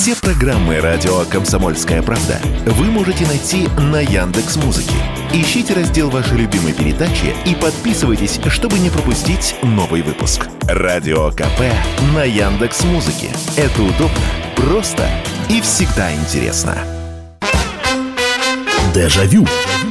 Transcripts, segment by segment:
Все программы радио «Комсомольская правда» вы можете найти на Яндекс.Музыке. Ищите раздел вашей любимой передачи и подписывайтесь, чтобы не пропустить новый выпуск. Радио КП на Яндекс.Музыке. Это удобно, просто и всегда интересно. Дежавю.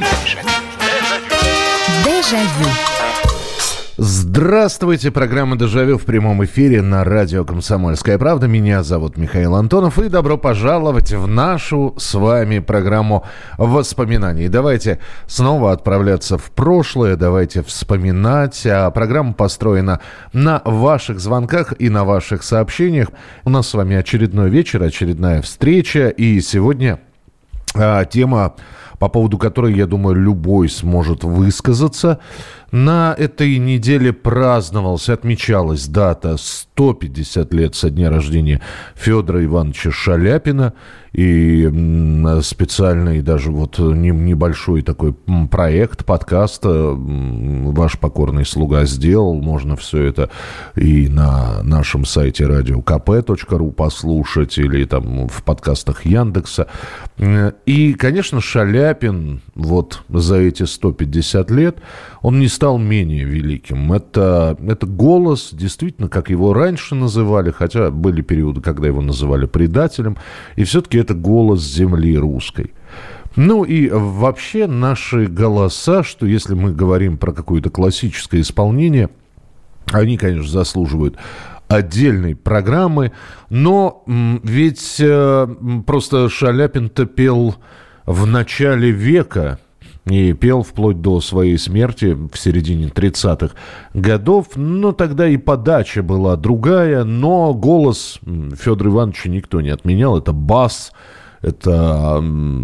Дежавю. Здравствуйте, программа «Дежавю» в прямом эфире на радио «Комсомольская правда». Меня зовут Михаил Антонов, и добро пожаловать в нашу с вами программу воспоминаний. Давайте снова отправляться в прошлое, давайте вспоминать. А программа построена на ваших звонках и на ваших сообщениях. У нас с вами очередной вечер, очередная встреча, и сегодня тема, по поводу которой, я думаю, любой сможет высказаться. На этой неделе отмечалась дата 150 лет со дня рождения Федора Ивановича Шаляпина. И специальный даже небольшой такой проект, подкаст «Ваш покорный слуга» сделал. Можно все это и на нашем сайте radiokp.ru послушать, или там в подкастах Яндекса. И, конечно, Шаляпин за эти 150 лет, он не стал менее великим. Это голос, действительно, как его раньше называли, хотя были периоды, когда его называли предателем, и все-таки это голос земли русской. Ну и вообще наши голоса, что если мы говорим про какое-то классическое исполнение, они, конечно, заслуживают отдельной программы, но ведь просто Шаляпин-то пел в начале века, и пел вплоть до своей смерти в середине 30-х годов. Но тогда и подача была другая, но голос Федора Ивановича никто не отменял. Это бас, это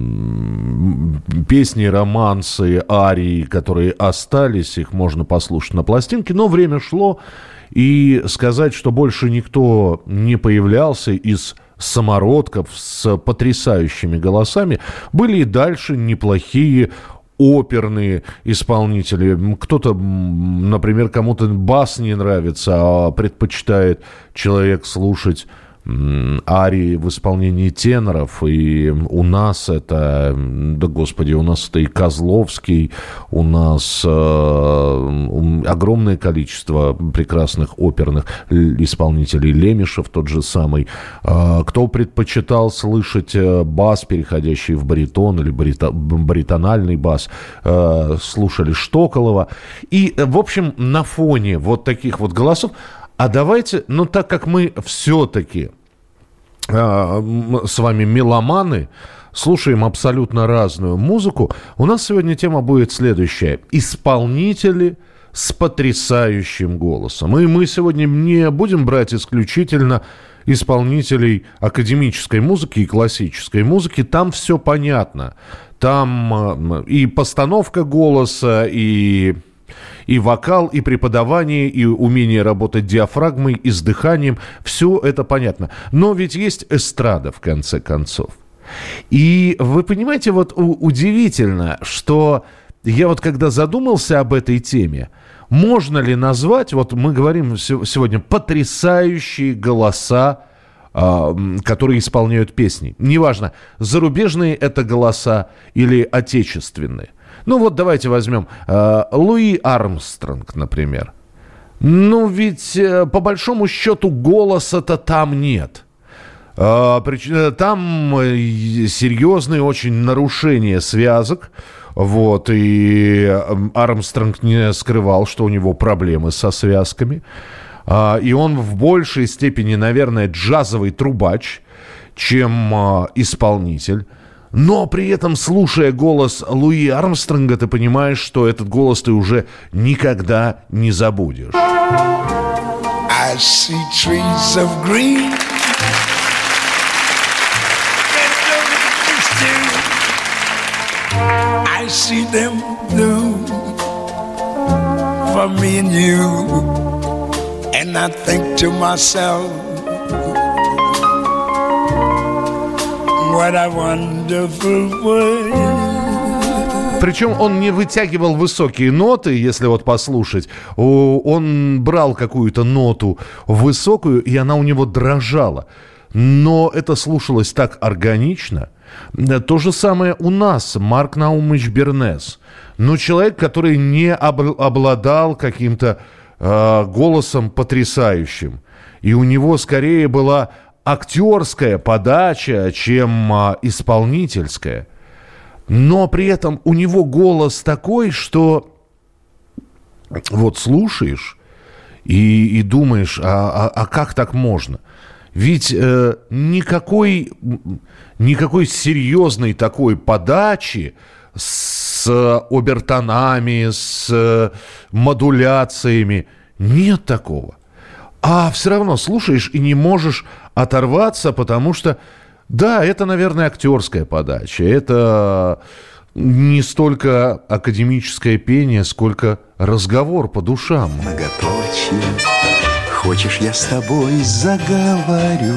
песни, романсы, арии, которые остались, их можно послушать на пластинке. Но время шло, и сказать, что больше никто не появлялся из самородков с потрясающими голосами, были и дальше неплохие оперные исполнители. Кто-то, например, кому-то бас не нравится, а предпочитает человек слушать арии в исполнении теноров. И у нас это, у нас это и Козловский, у нас огромное количество прекрасных оперных исполнителей. Лемешев тот же самый. Кто предпочитал слышать бас, переходящий в баритон, или баритональный бас, слушали Штоколова. И, в общем, на фоне вот таких вот голосов, а давайте, так как мы все-таки с вами меломаны, слушаем абсолютно разную музыку, у нас сегодня тема будет следующая. Исполнители с потрясающим голосом. И мы сегодня не будем брать исключительно исполнителей академической музыки и классической музыки. Там все понятно. Там и постановка голоса, и вокал, и преподавание, и умение работать диафрагмой, и с дыханием. Все это понятно. Но ведь есть эстрада, в конце концов. И вы понимаете, удивительно, что я когда задумался об этой теме, можно ли назвать, мы говорим сегодня, потрясающие голоса, которые исполняют песни. Неважно, зарубежные это голоса или отечественные. Давайте возьмем Луи Армстронг, например. Ведь по большому счету голоса-то там нет. Там серьезные очень нарушения связок. И Армстронг не скрывал, что у него проблемы со связками. И он в большей степени, наверное, джазовый трубач, чем исполнитель. Но при этом, слушая голос Луи Армстронга, ты понимаешь, что этот голос ты уже никогда не забудешь. I see trees of green. I see them blue for me and you. And I think to myself, what a wonderful world. Причем он не вытягивал высокие ноты, если послушать. Он брал какую-то ноту высокую, и она у него дрожала. но это слушалось так органично. То же самое у нас, Марк Наумович Бернес. Ну, человек, который не обладал каким-то голосом потрясающим. И у него скорее была актерская подача, чем исполнительская. Но при этом у него голос такой, что вот слушаешь и думаешь, а как так можно? Ведь никакой серьезной такой подачи с обертонами, с модуляциями нет такого. А все равно слушаешь и не можешь оторваться, потому что, да, это, наверное, актерская подача. Это не столько академическое пение, сколько разговор по душам. Многоточие. Хочешь, я с тобой заговорю?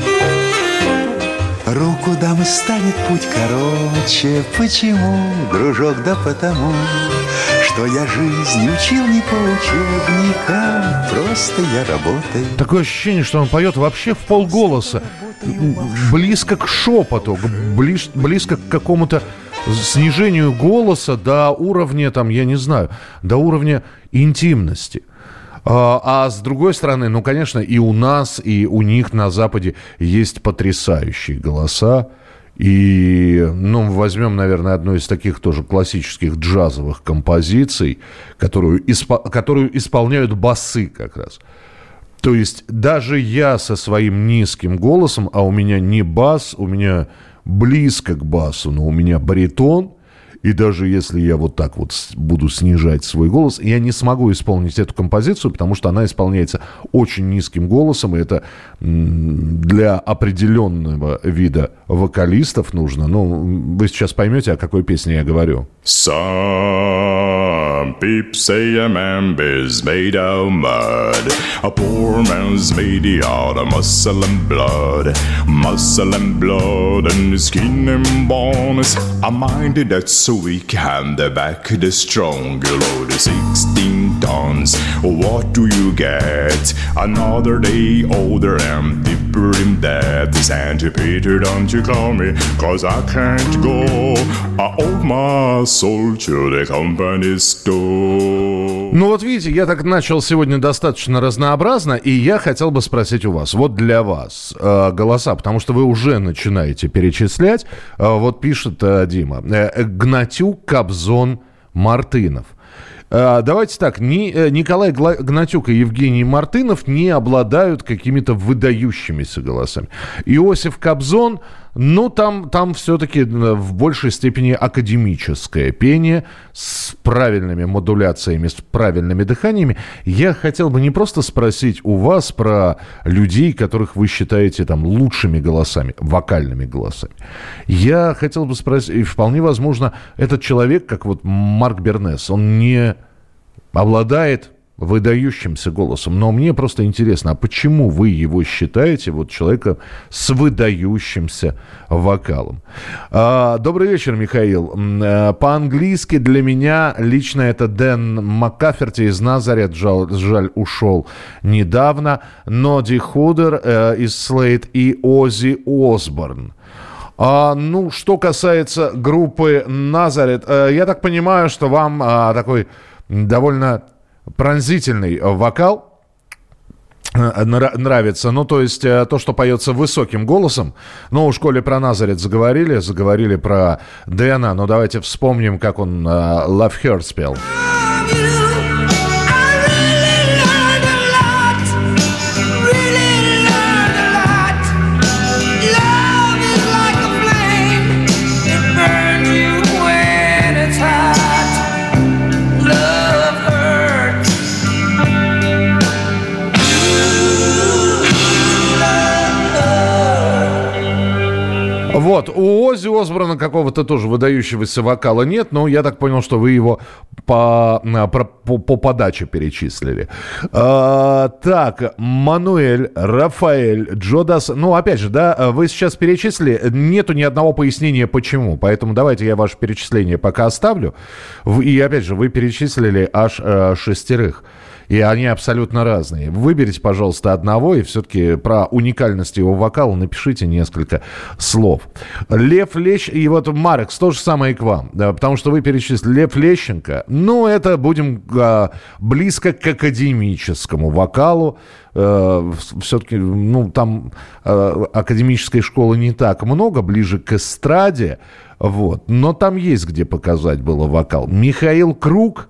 Руку дам, и станет путь короче. Почему, дружок? Да потому, что я жизнь учил не по учебникам. Просто я работаю. Такое ощущение, что он поет вообще в полголоса. Близко к шепоту, близко к какому-то снижению голоса до уровня, там, я не знаю, до уровня интимности. А с другой стороны, ну, конечно, и у нас, и у них на Западе есть потрясающие голоса. И, ну, возьмем, наверное, одну из таких тоже классических джазовых композиций, которую исполняют басы как раз. То есть даже я со своим низким голосом, а у меня не бас, у меня близко к басу, но у меня баритон. И даже если я вот так вот буду снижать свой голос, я не смогу исполнить эту композицию, потому что она исполняется очень низким голосом, и это для определенного вида вокалистов нужно. Ну, вы сейчас поймете, о какой песне я говорю. Some people say a man is made of mud. A poor man's made out of muscle and blood. Muscle and blood and the skin and bones. A mind that's weak and the back the strong. You load 16 tons. What do you get? Another day older and deeper in debt. Santa Peter, don't you call me, 'cause I can't go. I owe my soul to the company store. Ну вот видите, я так начал сегодня достаточно разнообразно, и я хотел бы спросить у вас, вот для вас голоса, потому что вы уже начинаете перечислять, вот пишет Дима, Гнатюк, Кобзон, Мартынов. Давайте так, Николай Гнатюк и Евгений Мартынов не обладают какими-то выдающимися голосами. Иосиф Кобзон, ну, там все-таки в большей степени академическое пение с правильными модуляциями, с правильными дыханиями. Я хотел бы не просто спросить у вас про людей, которых вы считаете там лучшими голосами, вокальными голосами. Я хотел бы спросить, и вполне возможно, этот человек, как вот Марк Бернес, он не обладает выдающимся голосом. Но мне просто интересно, а почему вы его считаете вот человеком с выдающимся вокалом? Добрый вечер, Михаил. По-английски для меня лично это Дэн Маккаферти из Назарет, жаль, ушел недавно. Ноди Худер из Слейд и Оззи Осборн. Ну, что касается группы Назарет, я так понимаю, что вам такой довольно пронзительный вокал нравится. Ну, то есть то, что поется высоким голосом. Ну, уж коли про Назарет заговорили про Дэна, но давайте вспомним, как он Love Her спел. Вот, у Оззи Осборна какого-то тоже выдающегося вокала нет, но я так понял, что вы его по подаче перечислили. Так, Мануэль, Рафаэль, Джо Дассен. Ну, опять же, да, вы сейчас перечислили, нету ни одного пояснения, почему. Поэтому давайте я ваше перечисление пока оставлю. И, опять же, вы перечислили аж 6. И они абсолютно разные. Выберите, пожалуйста, одного, и все-таки про уникальность его вокала напишите несколько слов. Лев Лещенко, и вот Марекс, то же самое и к вам, да, потому что вы перечислили Лев Лещенко. Ну, это будем близко к академическому вокалу. Все-таки, ну, там академической школы не так много, ближе к эстраде, вот. Но там есть где показать было вокал. Михаил Круг.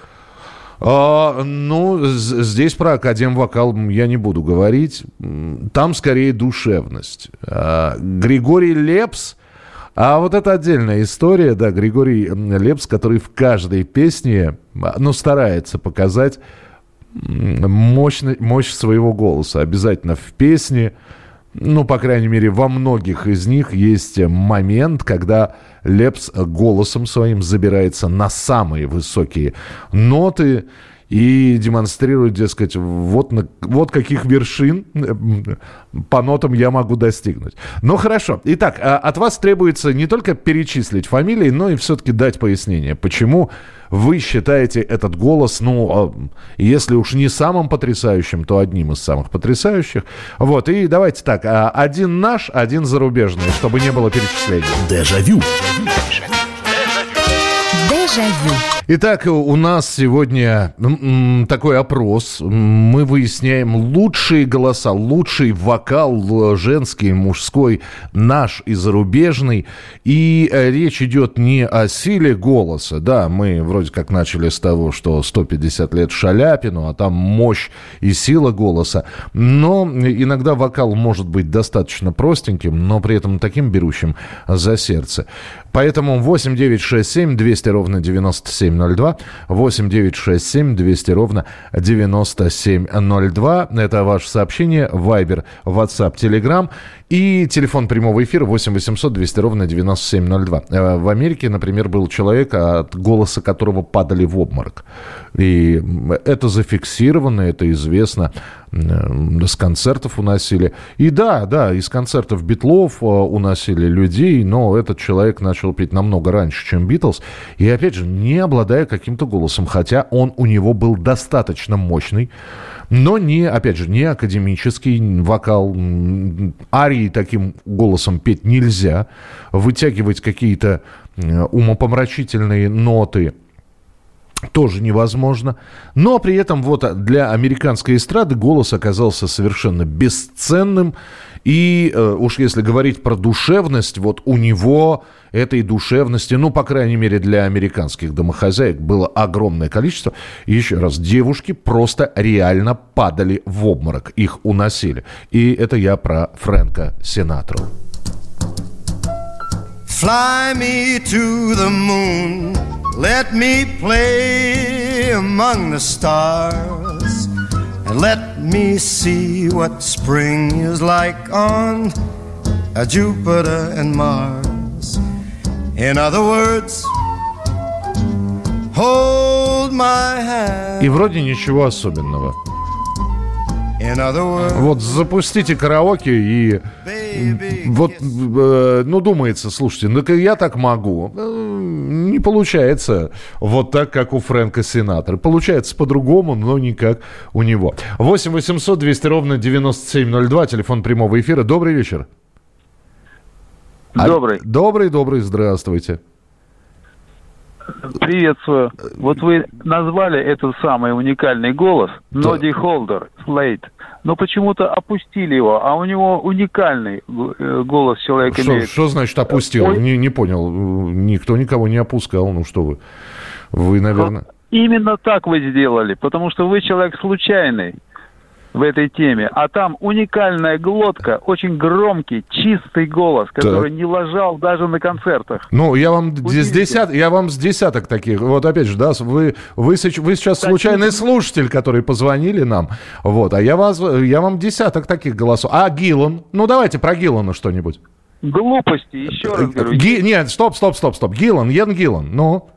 Ну, здесь про академвокал я не буду говорить. Там скорее душевность. Григорий Лепс. А вот это отдельная история, да, Григорий Лепс, который в каждой песне, ну, старается показать мощь своего голоса. Обязательно в песне, ну, по крайней мере, во многих из них есть момент, когда Лепс голосом своим забирается на самые высокие ноты и демонстрирует, дескать, вот каких вершин по нотам я могу достигнуть. Ну, хорошо. Итак, от вас требуется не только перечислить фамилии, но и все-таки дать пояснение, почему вы считаете этот голос, ну, если уж не самым потрясающим, то одним из самых потрясающих. Вот, и давайте так, один наш, один зарубежный, чтобы не было перечислений. Дежавю. Дежавю. Итак, у нас сегодня такой опрос. Мы выясняем лучшие голоса, лучший вокал женский, мужской, наш и зарубежный. И речь идет не о силе голоса. Да, мы вроде как начали с того, что 150 лет Шаляпину, а там мощь и сила голоса. Но иногда вокал может быть достаточно простеньким, но при этом таким берущим за сердце. Поэтому 8 9 6 7 200 ровно 9702, 8 9 6 7 200 ровно 9702. Это ваше сообщение, Viber, WhatsApp, Telegram. И телефон прямого эфира 8 800 200 ровно 9702. В Америке, например, был человек, от голоса которого падали в обморок. И это зафиксировано, это известно. С концертов уносили. И да, из концертов Битлов уносили людей, но этот человек начал петь намного раньше, чем Битлз. И опять же, не обладая каким-то голосом, хотя он у него был достаточно мощный, но не, опять же, не академический вокал. Арии таким голосом петь нельзя. Вытягивать какие-то умопомрачительные ноты тоже невозможно. Но при этом вот для американской эстрады голос оказался совершенно бесценным. И уж если говорить про душевность, вот у него этой душевности, ну, по крайней мере, для американских домохозяек было огромное количество. И еще раз, девушки просто реально падали в обморок, их уносили. И это я про Фрэнка Синатру. Fly me to the moon, let me play among the stars, and let me see what spring is like on Jupiter and Mars. In other words, hold my hand. И вроде ничего особенного. Вот запустите караоке и вот, ну, думается, слушайте, ну я так могу. Не получается вот так, как у Фрэнка Синатра. Получается по-другому, но не как у него. 8 800 200 ровно 9702, телефон прямого эфира. Добрый вечер. Добрый. Добрый, здравствуйте. Приветствую. Вот вы назвали этот самый уникальный голос Ноди Холдер, Слейд, но почему-то опустили его, а у него уникальный голос человека имеет. Что значит опустил? Не понял. Никто никого не опускал. Ну что вы? Вы, наверное... Именно так вы сделали, потому что вы человек случайный в этой теме, а там уникальная глотка, очень громкий, чистый голос, который не лажал даже на концертах. Ну, я вам с десяток таких. Вот опять же, да, вы сейчас случайный слушатель, который позвонили нам, вот, а я вам десяток таких голосов. А Гиллан? Ну, давайте про Гиллана что-нибудь. Глупости, еще раз говорю. Нет, стоп. Йен Гиллан, ну...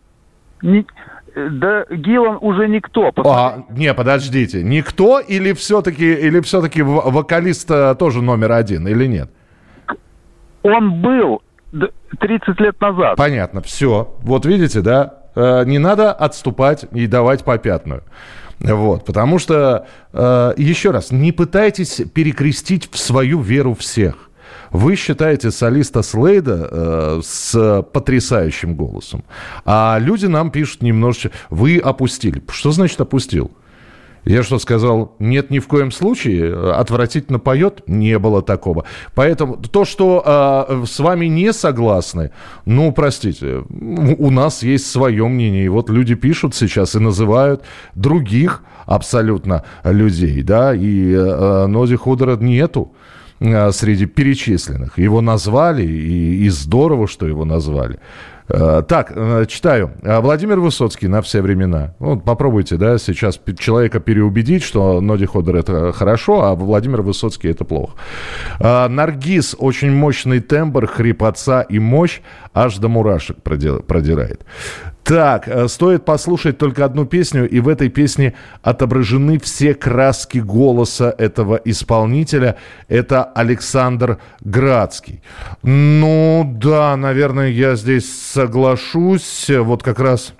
Да, Гиллан уже никто. Не, подождите. Никто или все-таки вокалист тоже номер один, или нет? Он был 30 лет назад. Понятно, все. Вот видите, да? Не надо отступать и давать попятную. Вот, потому что, еще раз, не пытайтесь перекрестить в свою веру всех. Вы считаете солиста Слейда с потрясающим голосом, а люди нам пишут немножечко, вы опустили. Что значит опустил? Я что, сказал, нет, ни в коем случае, отвратительно поет? Не было такого. Поэтому то, что с вами не согласны, ну, простите, у нас есть свое мнение. И вот люди пишут сейчас и называют других абсолютно людей, да, и Ноди Худера нету среди перечисленных. Его назвали, и здорово, что его назвали. Так, читаю. Владимир Высоцкий на все времена. Вот попробуйте, да, сейчас человека переубедить, что Ноди Ходер это хорошо, а Владимир Высоцкий это плохо. Наргиз, очень мощный тембр, хрипотца и мощь, аж до мурашек продирает. Так, стоит послушать только одну песню, и в этой песне отображены все краски голоса этого исполнителя. Это Александр Градский. Ну, да, наверное, я здесь соглашусь. Вот как раз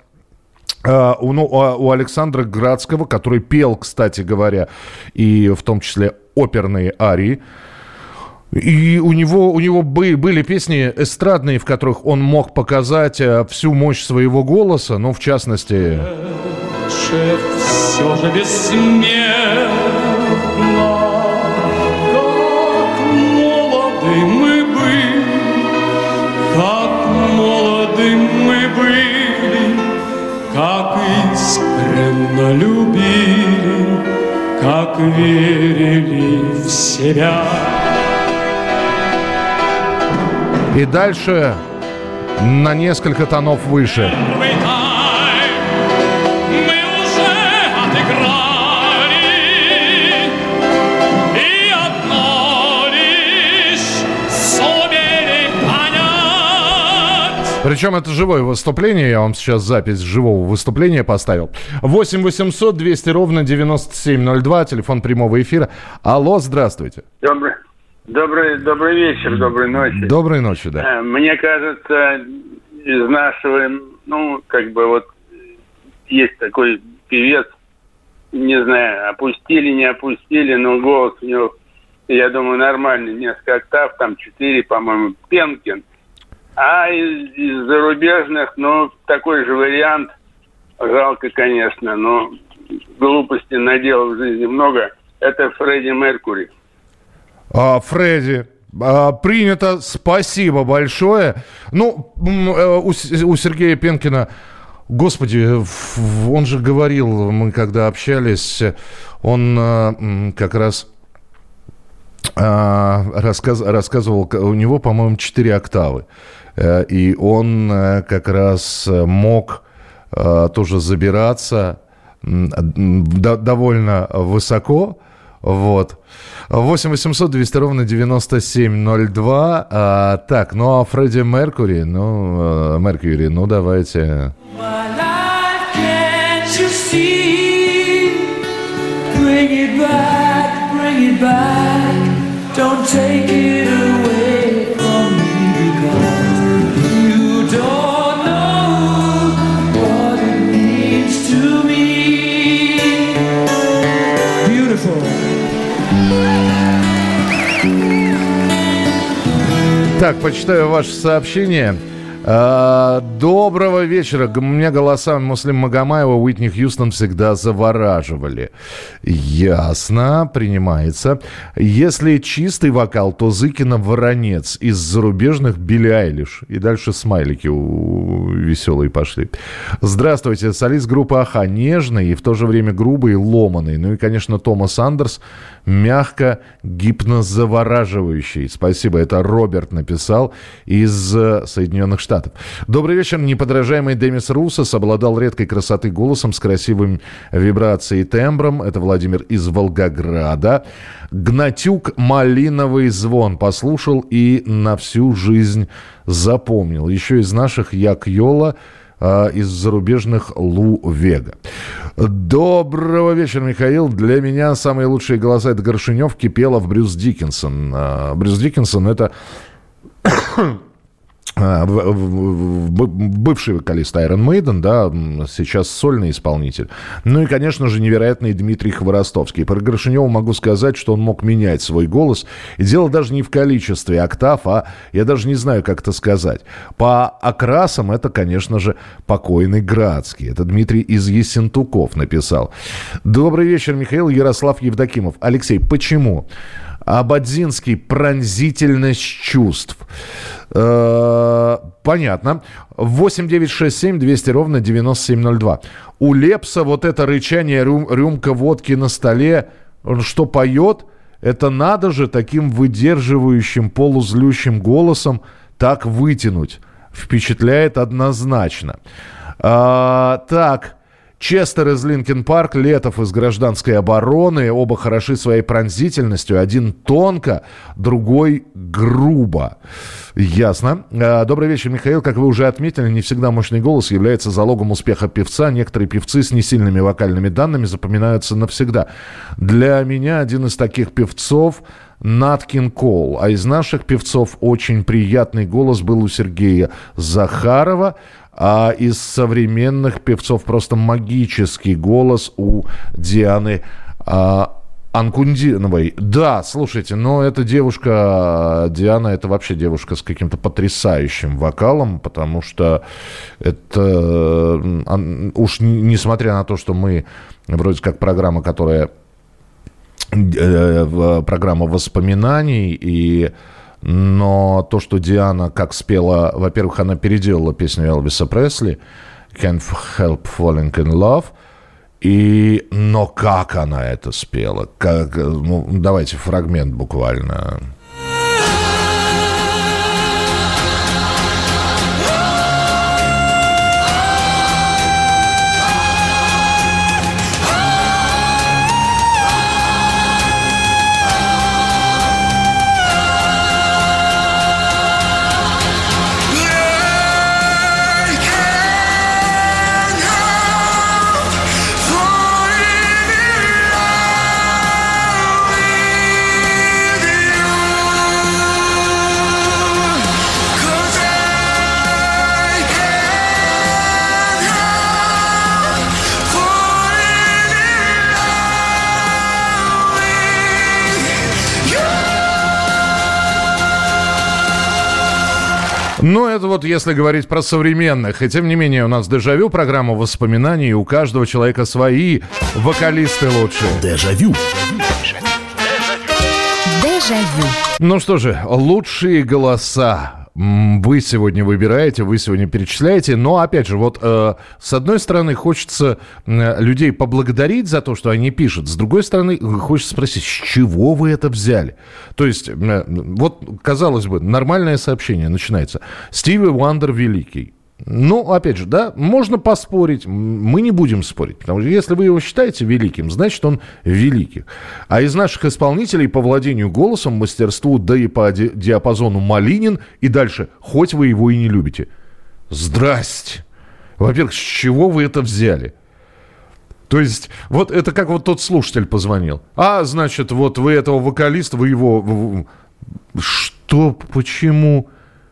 у Александра Градского, который пел, кстати говоря, и в том числе оперные арии, и у него были песни эстрадные, в которых он мог показать всю мощь своего голоса, ну, в частности... Шеф все же бессмертно, как молоды мы были, как искренно любили, как верили в себя. И дальше на несколько тонов выше. Причем это живое выступление. Я вам сейчас запись живого выступления поставил. 8 800 200 ровно 9702. Телефон прямого эфира. Алло, здравствуйте. Добрый вечер, доброй ночи. Доброй ночи, да. Мне кажется, из нашего, есть такой певец, не знаю, опустили, не опустили, но голос у него, я думаю, нормальный, несколько октав, там 4, по-моему, Пенкин. А из зарубежных, такой же вариант, жалко, конечно, но глупости наделал в жизни много, это Фредди Меркьюри. Фредди, принято, спасибо большое. Ну, у Сергея Пенкина, господи, он же говорил, мы когда общались, он как раз рассказывал, у него, по-моему, 4 октавы. И он как раз мог тоже забираться довольно высоко. Вот. 8 800 200 ровно 9702. Так, ну а Фредди Меркьюри, давайте. Don't take it away from me because you don't know what it means to me. Beautiful. Так, почитаю ваше сообщение. Доброго вечера. Меня голоса Муслим Магомаева, Уитни Хьюстон всегда завораживали. Ясно, принимается. Если чистый вокал, то Зыкина Воронец. Из зарубежных Билли Айлиш. И дальше смайлики веселые пошли. Здравствуйте, солист группы Аха. Нежный и в то же время грубый и ломаный. Ну и, конечно, Томас Андерс. Мягко, гипнозавораживающий. Спасибо, это Роберт написал из Соединенных Штатов. Добрый вечер. Неподражаемый Демис Русос обладал редкой красоты голосом с красивым вибрацией и тембром. Это Владимир из Волгограда. Гнатюк «Малиновый звон» послушал и на всю жизнь запомнил. Еще из наших Як Йола, из зарубежных Лу Вега. Доброго вечера, Михаил. Для меня самые лучшие голоса — это Горшенев, Кипелов, Брюс Диккенсон. Брюс Диккенсон — это бывший вокалист Iron Maiden, да, сейчас сольный исполнитель. Ну и, конечно же, невероятный Дмитрий Хворостовский. Про Горшенева могу сказать, что он мог менять свой голос. И дело даже не в количестве октав, а я даже не знаю, как это сказать. По окрасам это, конечно же, покойный Градский. Это Дмитрий из Ессентуков написал. Добрый вечер, Михаил. Ярослав Евдокимов. Алексей, почему? Ободзинский, пронзительность чувств. Понятно. 8-967-200-97-02. У Лепса вот это рычание, рюмка водки на столе, он что поет? Это надо же таким выдерживающим, полузлющим голосом так вытянуть. Впечатляет однозначно. Так. Честер из Линкин Парк, Летов из Гражданской обороны. Оба хороши своей пронзительностью. Один тонко, другой грубо. Ясно. Добрый вечер, Михаил. Как вы уже отметили, не всегда мощный голос является залогом успеха певца. Некоторые певцы с несильными вокальными данными запоминаются навсегда. Для меня один из таких певцов Нат Кинг Кол. А из наших певцов очень приятный голос был у Сергея Захарова. А из современных певцов просто магический голос у Дианы Анкудиновой. Да, слушайте, но эта девушка, Диана, это вообще девушка с каким-то потрясающим вокалом, потому что это, уж несмотря на то, что мы вроде как программа, которая программа воспоминаний, но то, что Диана как спела, во-первых, она переделала песню Элвиса Пресли «Can't Help Falling in Love», но как она это спела? Давайте фрагмент буквально. Ну, это вот если говорить про современных. И тем не менее, у нас «Дежавю», программа воспоминаний, и у каждого человека свои вокалисты лучшие. Дежавю. Дежавю. Ну что же, лучшие голоса вы сегодня выбираете, вы сегодня перечисляете. Но, опять же, вот с одной стороны, хочется людей поблагодарить за то, что они пишут. С другой стороны, хочется спросить, с чего вы это взяли? То есть, вот, казалось бы, нормальное сообщение начинается. Стиви Уандер великий. Ну, опять же, да, можно поспорить, мы не будем спорить, потому что если вы его считаете великим, значит, он великий. А из наших исполнителей по владению голосом, мастерству, да и по диапазону Малинин, и дальше, хоть вы его и не любите. Здрасте. Во-первых, с чего вы это взяли? То есть, вот это как вот тот слушатель позвонил. Значит, вот вы этого вокалиста, вы его... Что? Почему?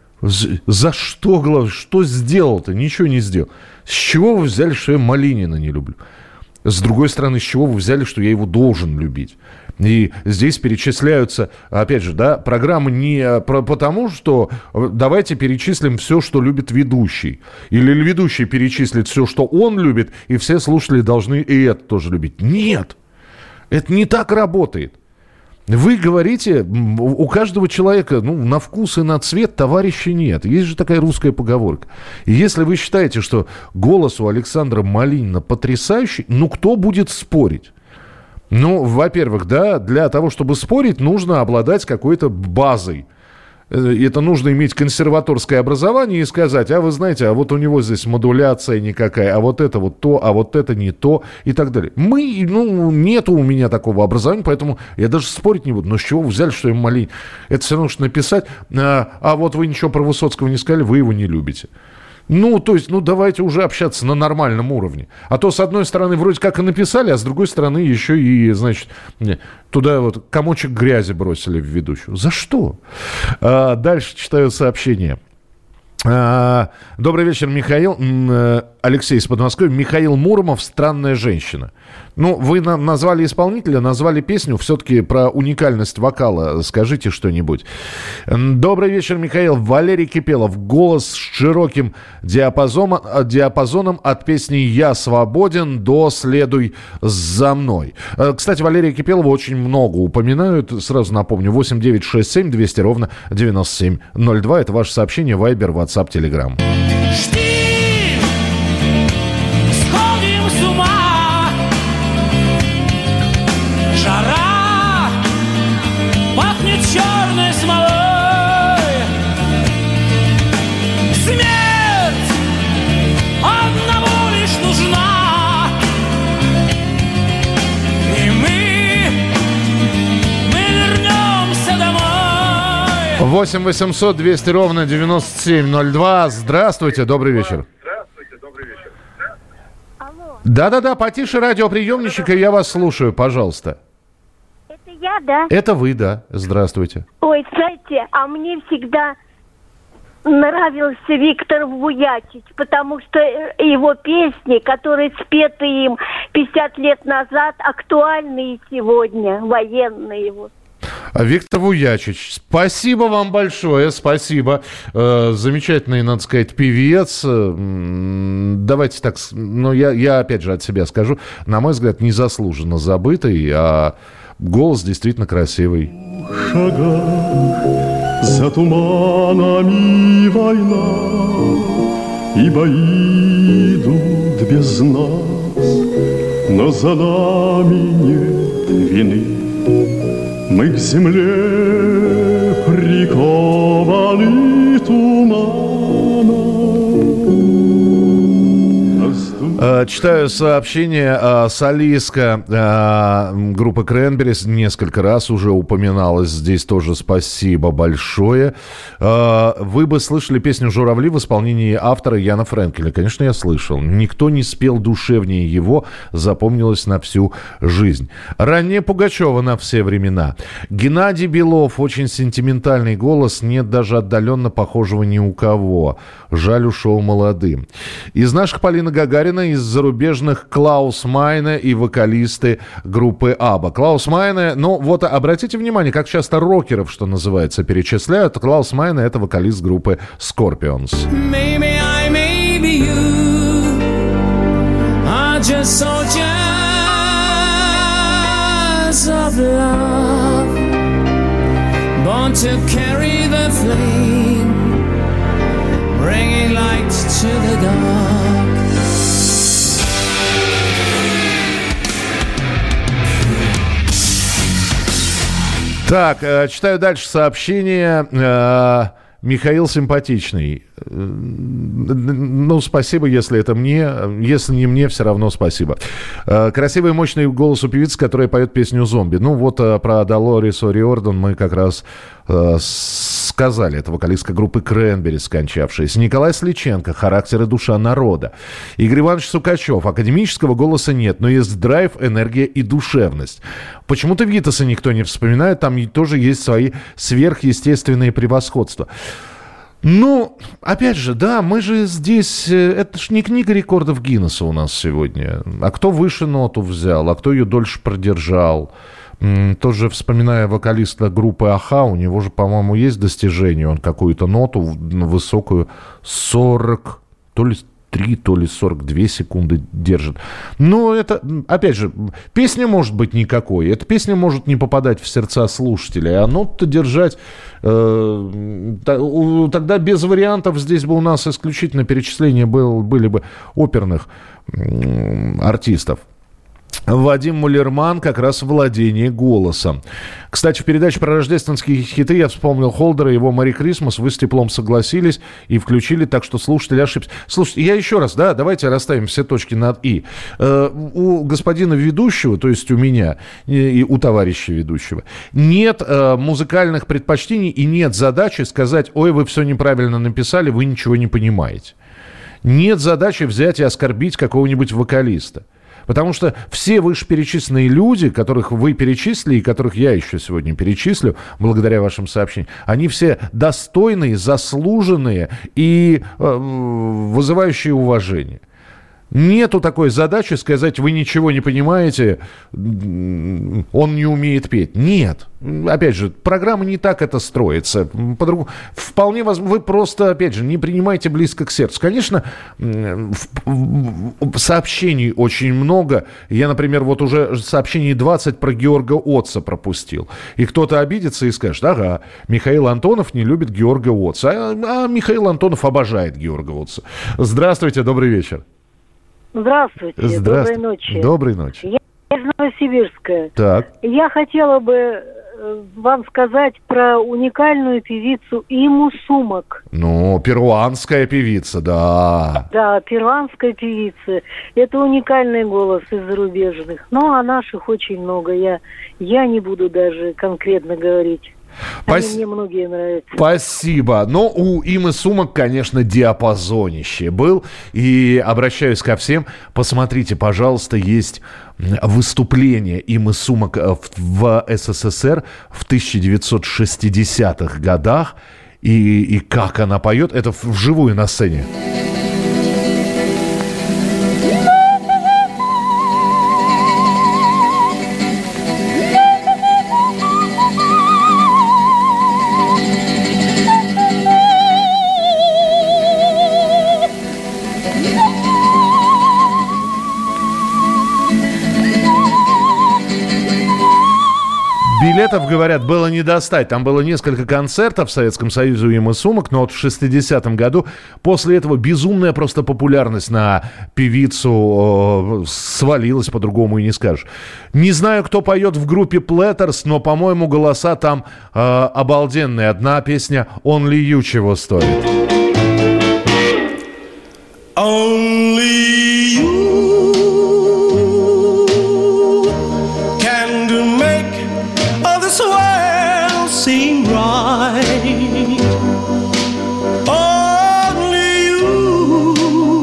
За что, главное, что сделал-то? Ничего не сделал. С чего вы взяли, что я Малинина не люблю? С другой стороны, с чего вы взяли, что я его должен любить? И здесь перечисляются, опять же, да, программы не потому, что давайте перечислим все, что любит ведущий. Или ведущий перечислит все, что он любит, и все слушатели должны и это тоже любить. Нет! Это не так работает. Вы говорите, у каждого человека, на вкус и на цвет товарища нет. Есть же такая русская поговорка. И если вы считаете, что голос у Александра Малинина потрясающий, кто будет спорить? Во-первых, да, для того, чтобы спорить, нужно обладать какой-то базой. Это нужно иметь консерваторское образование и сказать, вы знаете, а вот у него здесь модуляция никакая, а вот это вот то, а вот это не то и так далее. Нету у меня такого образования, поэтому я даже спорить не буду. Но с чего вы взяли, что им Малинин? Это все равно, что написать, вот вы ничего про Высоцкого не сказали, вы его не любите. Давайте уже общаться на нормальном уровне. А то, с одной стороны, вроде как и написали, а с другой стороны, еще и, значит, туда вот комочек грязи бросили в ведущую. За что? Дальше читаю сообщение. Добрый вечер, Михаил. Алексей из Подмосковья. Михаил Муромов «Странная женщина». Ну, вы назвали исполнителя, назвали песню. Все-таки про уникальность вокала скажите что-нибудь. Добрый вечер, Михаил. Валерий Кипелов. Голос с широким диапазоном от песни «Я свободен» до «Следуй за мной». Кстати, Валерия Кипелова очень много упоминают. Сразу напомню. 8967 200 ровно 9702. Это ваше сообщение. Вайбер, WhatsApp, Telegram. Черной смолой смерть одному лишь нужна, и мы вернемся домой. 8 800 200 ровно 9702. Здравствуйте, добрый вечер. Алло. Да-да-да, потише радиоприемничек, и я вас слушаю, пожалуйста. Я, да? Это вы, да. Здравствуйте. Ой, знаете, а мне всегда нравился Виктор Вуячич, потому что его песни, которые спеты им 50 лет назад, актуальны и сегодня, военные его. Виктор Вуячич, спасибо вам большое, спасибо. Замечательный, надо сказать, певец. Давайте так, ну, я опять же от себя скажу, на мой взгляд, незаслуженно забытый, а голос действительно красивый. В шагах за туманами война, и бои идут без нас, но за нами нет вины. Мы к земле прикованы туманом. Читаю сообщение. Солистка группы Кренберис несколько раз уже упоминалась. Здесь тоже спасибо большое. Вы бы слышали песню «Журавли» в исполнении автора Яна Френкеля? Конечно, я слышал. Никто не спел душевнее его. Запомнилось на всю жизнь. Ранее Пугачева на все времена. Геннадий Белов. Очень сентиментальный голос. Нет даже отдаленно похожего ни у кого. Жаль, ушел молодым. Из наших Полина Гагарина, из зарубежных Клаус Майне и вокалисты группы Абба. Клаус Майне, ну вот обратите внимание, как часто рокеров, что называется, перечисляют. Клаус Майне — это вокалист группы Scorpions. Maybe I, maybe you are just soldiers of love, born to carry the flame, bringing light to the dark. Так, читаю дальше сообщение. Михаил симпатичный. Ну, спасибо, если это мне. Если не мне, все равно спасибо. Красивый и мощный голос у певицы, которая поет песню «Зомби». Ну, вот про Долорес О'Риордан мы как раз сказали. Это вокалистка группы Кренбери, скончавшаяся. Николай Сличенко. Характер и душа народа. Игорь Иванович Сукачев. Академического голоса нет, но есть драйв, энергия и душевность. Почему-то Витаса никто не вспоминает. Там тоже есть свои сверхъестественные превосходства. Ну, опять же, да, мы же здесь... Это ж не книга рекордов Гиннесса у нас сегодня. А кто выше ноту взял, а кто ее дольше продержал? Тоже вспоминая вокалиста группы Аха, у него же, по-моему, есть достижение. Он какую-то ноту высокую 40, то ли 3, то ли 42 секунды держит. Но это, опять же, песня может быть никакой. Эта песня может не попадать в сердца слушателей. А ноту-то держать... тогда без вариантов здесь бы у нас исключительно перечисления были бы оперных артистов. Вадим Мулерман, как раз владение голосом. Кстати, в передаче про рождественские хиты я вспомнил Холдера и его «Мэри Крисмас». Вы с теплом согласились и включили, так что слушатель ошибся. Слушайте, я еще раз, да, давайте расставим все точки над «и». У господина ведущего, то есть у меня и у товарища ведущего, нет музыкальных предпочтений и нет задачи сказать: ой, вы все неправильно написали, вы ничего не понимаете. Нет задачи взять и оскорбить какого-нибудь вокалиста. Потому что все вышеперечисленные люди, которых вы перечислили, и которых я еще сегодня перечислю, благодаря вашим сообщениям, они все достойные, заслуженные и вызывающие уважение. Нету такой задачи сказать, вы ничего не понимаете, он не умеет петь. Нет. Опять же, программа не так это строится. По-другому. Вполне возможно, вы просто, опять же, не принимаете близко к сердцу. Конечно, сообщений очень много. Я, например, вот уже сообщений 20 про Георга Отца пропустил. И кто-то обидится и скажет, ага, Михаил Антонов не любит Георга Отца. А Михаил Антонов обожает Георга Отца. Здравствуйте, добрый вечер. Здравствуйте, доброй ночи. Доброй ночи. Я из Новосибирска. Так. Я хотела бы вам сказать про уникальную певицу Иму Сумак. Ну, перуанская певица, да. Да, перуанская певица. Это уникальный голос из зарубежных. Ну, а наших очень много. Я не буду даже конкретно говорить. Они мне многие нравятся. Спасибо. Но у Имы Сумак, конечно, диапазонище был. И обращаюсь ко всем. Посмотрите, пожалуйста, есть выступление Имы Сумак в СССР в 1960-х годах. И как она поет, это вживую на сцене. Билетов, говорят, было не достать. Там было несколько концертов в Советском Союзе у Имы Сумак, но вот в 60-м году после этого безумная просто популярность на певицу свалилась, по-другому и не скажешь. Не знаю, кто поет в группе Platters, но, по-моему, голоса там обалденные. Одна песня «Only You» чего стоит. Only you can make this world seem right. Only you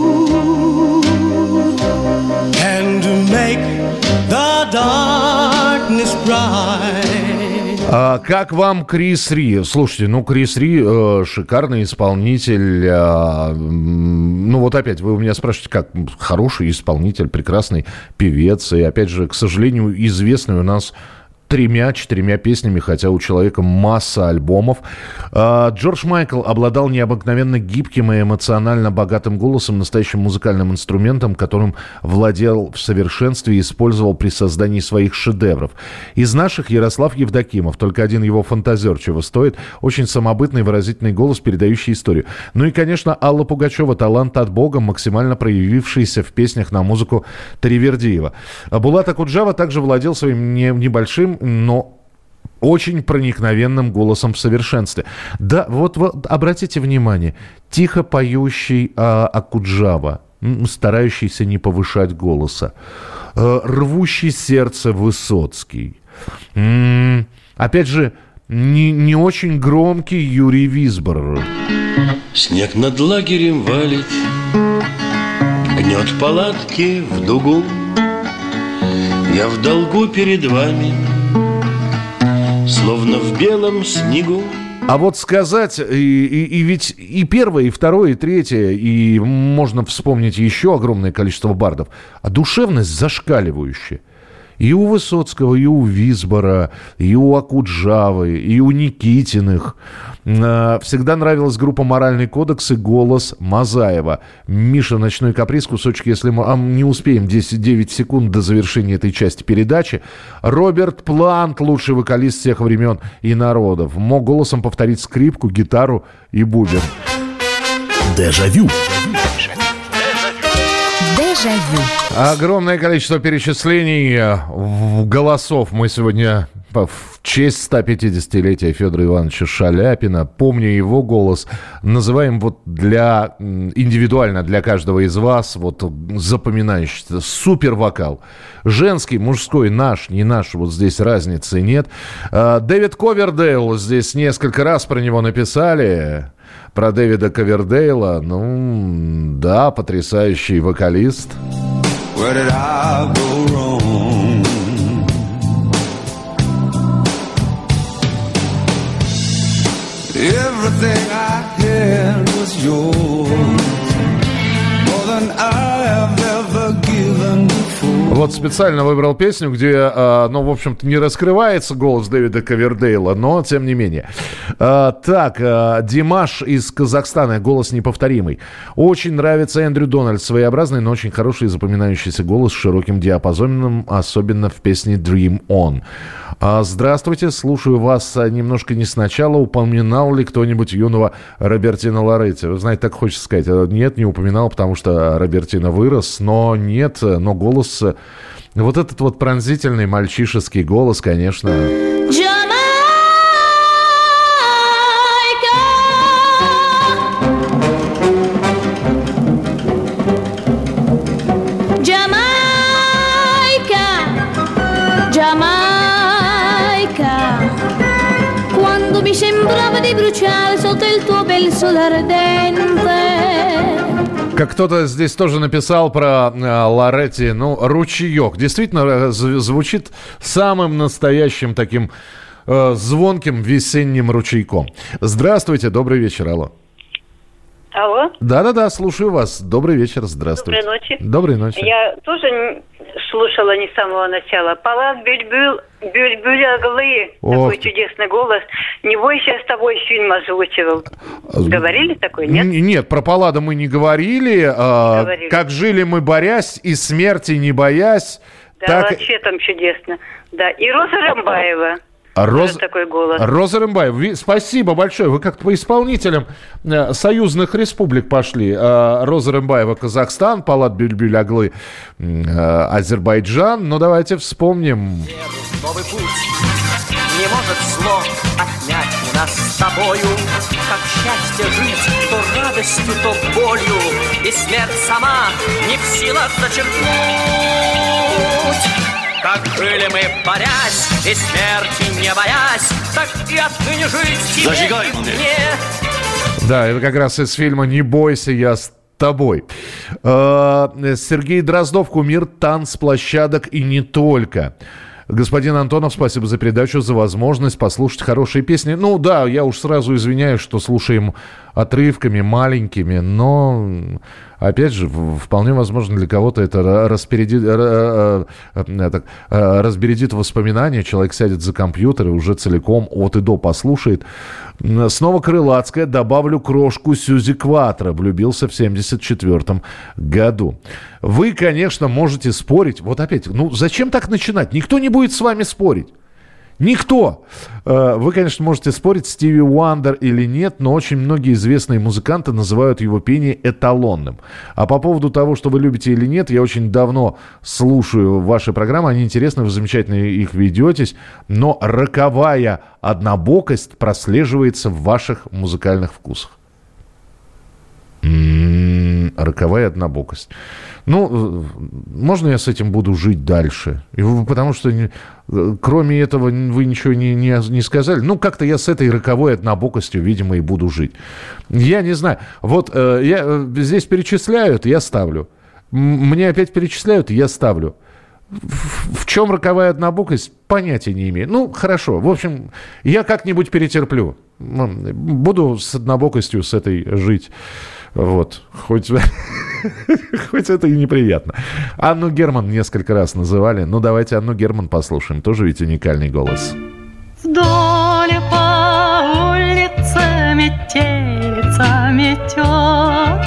can make the darkness bright. Как вам Крис Ри? Слушайте, Крис Ри шикарный исполнитель. Вот опять, вы у меня спрашиваете, как хороший исполнитель, прекрасный певец. И опять же, к сожалению, известный у нас 3-4 песнями, хотя у человека масса альбомов. Джордж Майкл обладал необыкновенно гибким и эмоционально богатым голосом, настоящим музыкальным инструментом, которым владел в совершенстве и использовал при создании своих шедевров. Из наших Ярослав Евдокимов, только один его фантазер чего стоит, очень самобытный, выразительный голос, передающий историю. Ну и, конечно, Алла Пугачева, талант от Бога, максимально проявившийся в песнях на музыку Таривердиева. Булат Акуджава также владел своим небольшим, но очень проникновенным голосом в совершенстве. Да, вот обратите внимание, тихо поющий Акуджава, старающийся не повышать голоса, рвущий сердце Высоцкий, опять же, не очень громкий Юрий Висбор. Снег над лагерем валит, гнет палатки в дугу. Я в долгу перед вами, словно в белом снегу. А вот сказать, и ведь и первое, и второе, и третье, и можно вспомнить еще огромное количество бардов, а душевность зашкаливающая. И у Высоцкого, и у Висбора, и у Акуджавы, и у Никитиных. Всегда нравилась группа «Моральный кодекс» и голос Мазаева. Миша, «Ночной каприз», кусочек, если мы не успеем, 9 секунд до завершения этой части передачи. Роберт Плант, лучший вокалист всех времен и народов. Мог голосом повторить скрипку, гитару и бубен. Дежавю. Огромное количество перечислений голосов мы сегодня в честь 150-летия Федора Ивановича Шаляпина, помня его голос, называем индивидуально для каждого из вас запоминающийся супер-вокал. Женский, мужской, наш, не наш, вот здесь разницы нет. Дэвид Ковердейл, здесь несколько раз про него написали. Про Дэвида Ковердейла, да, потрясающий вокалист. Where did I go wrong? Everything I had was yours, more than I have ever given before. Вот специально выбрал песню, где, ну, в общем-то, не раскрывается голос Дэвида Ковердейла, но тем не менее. Так, Димаш из Казахстана, голос неповторимый. Очень нравится Эндрю Дональд, своеобразный, но очень хороший и запоминающийся голос с широким диапазоном, особенно в песне «Dream On». Здравствуйте, слушаю вас немножко не сначала. Упоминал ли кто-нибудь юного Робертино Лоретти? Вы знаете, так хочется сказать. Нет, не упоминал, потому что Робертино вырос, но нет, но голос, вот этот вот пронзительный мальчишеский голос, конечно... Как кто-то здесь тоже написал про Лоретти, ну, ручеек. Действительно, звучит самым настоящим таким звонким весенним ручейком. Здравствуйте, добрый вечер, алло. Алло. Да-да-да, слушаю вас. Добрый вечер, здравствуйте. Доброй ночи. Доброй ночи. Я тоже слушала не с самого начала. Палас бюльбюль оглы. Такой чудесный голос. Не бойся, с тобой фильм озвучивал. Говорили такой, нет? Нет, про Паллада мы не говорили. Говорили. Как жили мы, борясь, и смерти не боясь. Да, так... вообще там чудесно. Да, и Роза Рымбаева. Такой голос. Роза Рымбаева, спасибо большое. Вы как-то по исполнителям союзных республик пошли. Роза Рымбаева, Казахстан, Палат Бюльбюль Аглы, Азербайджан. Ну, давайте вспомним. Новый путь. Не может зло отнять у нас с тобою. Как счастье жить то радостью, то болью. И смерть сама не в силах зачеркнуть. Как жили мы, борясь, и смерти не боясь, так и отныне жить тебе и мне. Да, это как раз из фильма «Не бойся, я с тобой». Сергей Дроздов, кумир танцплощадок и не только. Господин Антонов, спасибо за передачу, за возможность послушать хорошие песни. Ну да, я уж сразу извиняюсь, что слушаем отрывками, маленькими, но, опять же, вполне возможно, для кого-то это разбередит воспоминания. Человек сядет за компьютер и уже целиком от и до послушает. Снова Крылатская. Добавлю крошку Сюзи Кватро. Влюбился в 1974 году. Вы, конечно, можете спорить. Вот опять, ну зачем так начинать? Никто не будет с вами спорить. Никто. Вы, конечно, можете спорить, Стиви Уандер или нет, но очень многие известные музыканты называют его пение эталонным. А по поводу того, что вы любите или нет, я очень давно слушаю ваши программы, они интересны, вы замечательно их ведетесь, но роковая однобокость прослеживается в ваших музыкальных вкусах. Роковая однобокость. Ну, можно я с этим буду жить дальше? Потому что кроме этого вы ничего не сказали. Ну, как-то я с этой роковой однобокостью, видимо, и буду жить. Я не знаю. Вот здесь перечисляют, я ставлю. Мне опять перечисляют, я ставлю. В чем роковая однобокость, понятия не имею. Ну, хорошо. В общем, я как-нибудь перетерплю. Буду с однобокостью с этой жить. Вот. Хоть это и неприятно. Анну Герман несколько раз называли. Ну, давайте Анну Герман послушаем. Тоже ведь уникальный голос. Вдоль по улице метелица метет.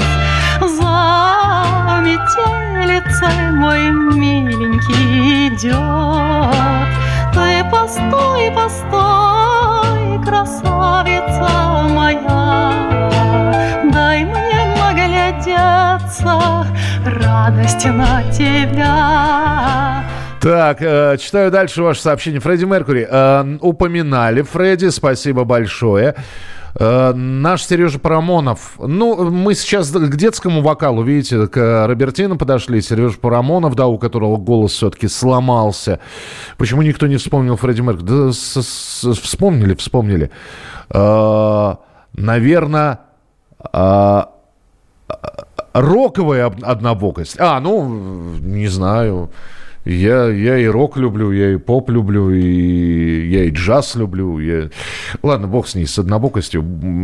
За метелицей мой миленький идет. Ты постой, постой, красавица моя, дай мне наглядеться, радость на тебя. Так, читаю дальше ваше сообщение. Фредди Меркьюри. Упоминали Фредди, спасибо большое. Наш Сережа Парамонов. Ну, мы сейчас к детскому вокалу, видите, к Робертино подошли. Сережа Парамонов, да, у которого голос все-таки сломался. Почему никто не вспомнил Фредди Меркьюри? Да, вспомнили. Наверное... Роковая однобокость. Не знаю. Я и рок люблю, я и поп люблю, и я и джаз люблю. Ладно, бог с ней, с однобокостью.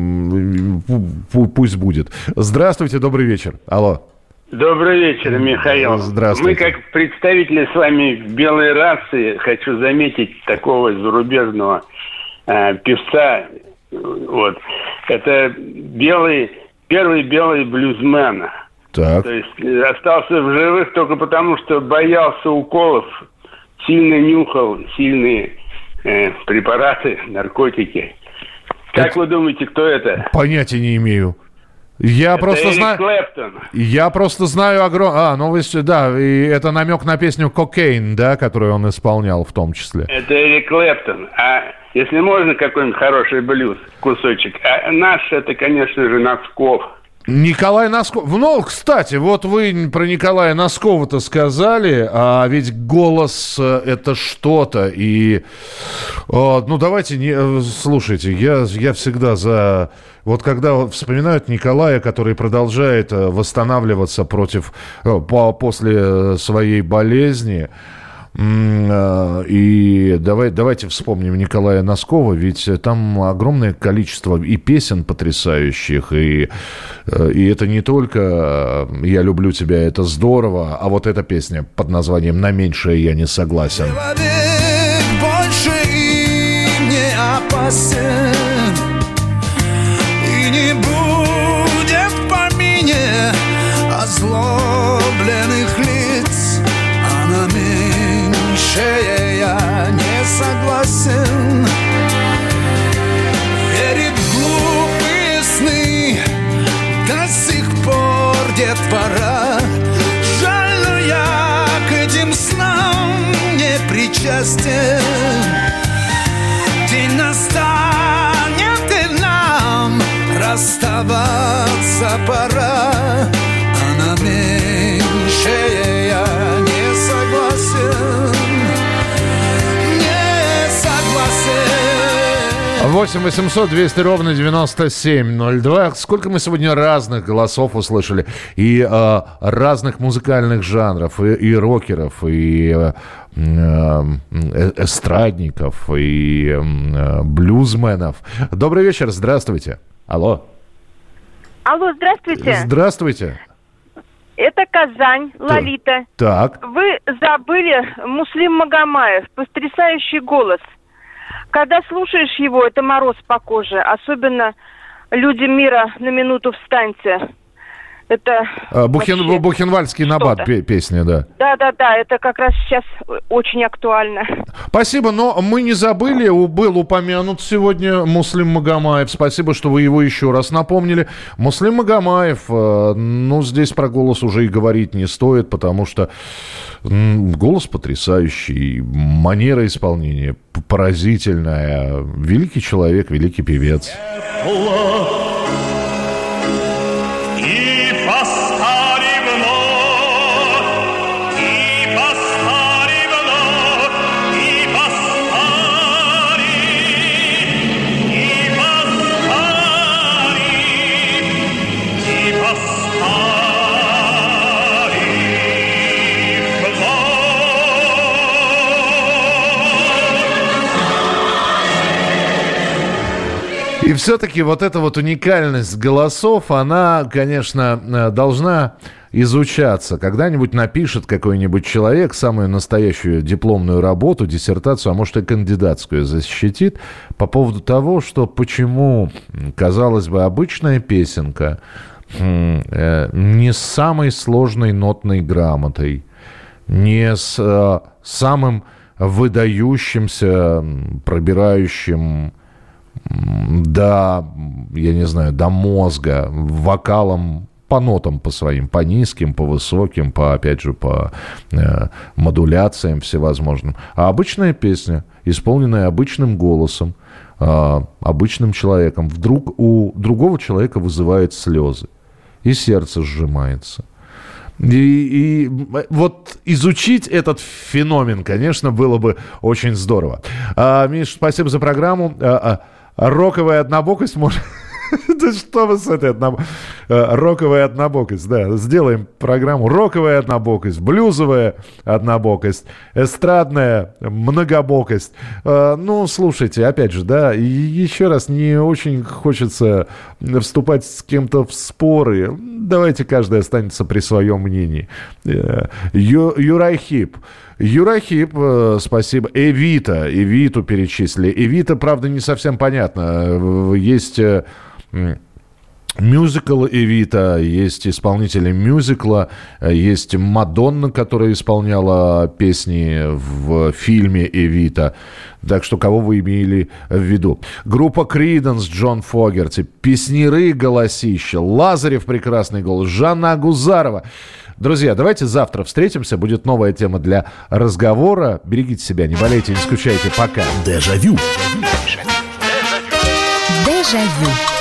Пусть будет. Здравствуйте, добрый вечер. Алло. Добрый вечер, Михаил. Здравствуйте. Мы, как представители с вами белой расы, хочу заметить такого зарубежного певца. Вот. Это первый белый блюзмен. Так. То есть остался в живых только потому, что боялся уколов, сильно нюхал сильные препараты, наркотики. Как вы думаете, кто это? Понятия не имею. Я просто знаю. Клэптон. Я просто знаю и это намек на песню «Кокейн», да, которую он исполнял в том числе. Это Эрик Клэптон. А если можно какой-нибудь хороший блюз, кусочек. А наш это, конечно же, Носков. Николай Носков. Кстати, вот вы про Николая Носкова-то сказали, а ведь голос это что-то. И, давайте, слушайте, я всегда за... Вот когда вспоминают Николая, который продолжает восстанавливаться после своей болезни, и давайте вспомним Николая Носкова, ведь там огромное количество и песен потрясающих, и это не только «Я люблю тебя, это здорово», а вот эта песня под названием «На меньшее я не согласен». Человек больше и не опасен, и не будет в помине озлобленных лиц, а на меньшее я не согласен. Верит в глупые сны до сих пор детвора. Жаль, но я к этим снам не причастен. День настанет, и нам расставаться пора, а на меньшее я не согласен. 8 800 200 ровно 9702. Сколько мы сегодня разных голосов услышали. И разных музыкальных жанров. И рокеров, и эстрадников, и блюзменов. Добрый вечер, здравствуйте. Алло. Алло, здравствуйте. Здравствуйте. Это Казань, Лолита. Так. Вы забыли Муслим Магомаев. Потрясающий голос. Когда слушаешь его, это мороз по коже. Особенно «Люди мира, на минуту встаньте». Это Бухенвальдский набат песня, да. Да, это как раз сейчас очень актуально. Спасибо, но мы не забыли, был упомянут сегодня Муслим Магомаев. Спасибо, что вы его еще раз напомнили. Муслим Магомаев, здесь про голос уже и говорить не стоит, потому что голос потрясающий, манера исполнения поразительная. Великий человек, великий певец. И все-таки вот эта вот уникальность голосов, она, конечно, должна изучаться. Когда-нибудь напишет какой-нибудь человек самую настоящую дипломную работу, диссертацию, а может и кандидатскую защитит по поводу того, что почему, казалось бы, обычная песенка не с самой сложной нотной грамотой, не с самым выдающимся, пробирающим до мозга, вокалом по нотам по своим, по низким, по высоким, по модуляциям всевозможным. А обычная песня, исполненная обычным голосом, обычным человеком, вдруг у другого человека вызывает слезы, и сердце сжимается. И вот изучить этот феномен, конечно, было бы очень здорово. Миш, спасибо за программу. Роковая однобокость, может... Да что вы с этой роковая однобокость, да, сделаем программу роковая однобокость, блюзовая однобокость, эстрадная многобокость. Ну, слушайте, опять же, да, еще раз, не очень хочется вступать с кем-то в споры. Давайте каждый останется при своем мнении. Юрахип, спасибо. Эвиту перечислили. Эвита, правда, не совсем понятно. Есть мюзикл Эвита, есть исполнители мюзикла, есть Мадонна, которая исполняла песни в фильме Эвита. Так что кого вы имели в виду? Группа Криденс, Джон Фогерти, песняры голосища, Лазарев прекрасный голос, Жанна Агузарова. Друзья, давайте завтра встретимся. Будет новая тема для разговора. Берегите себя, не болейте, не скучайте. Пока. Дежавю. Дежавю.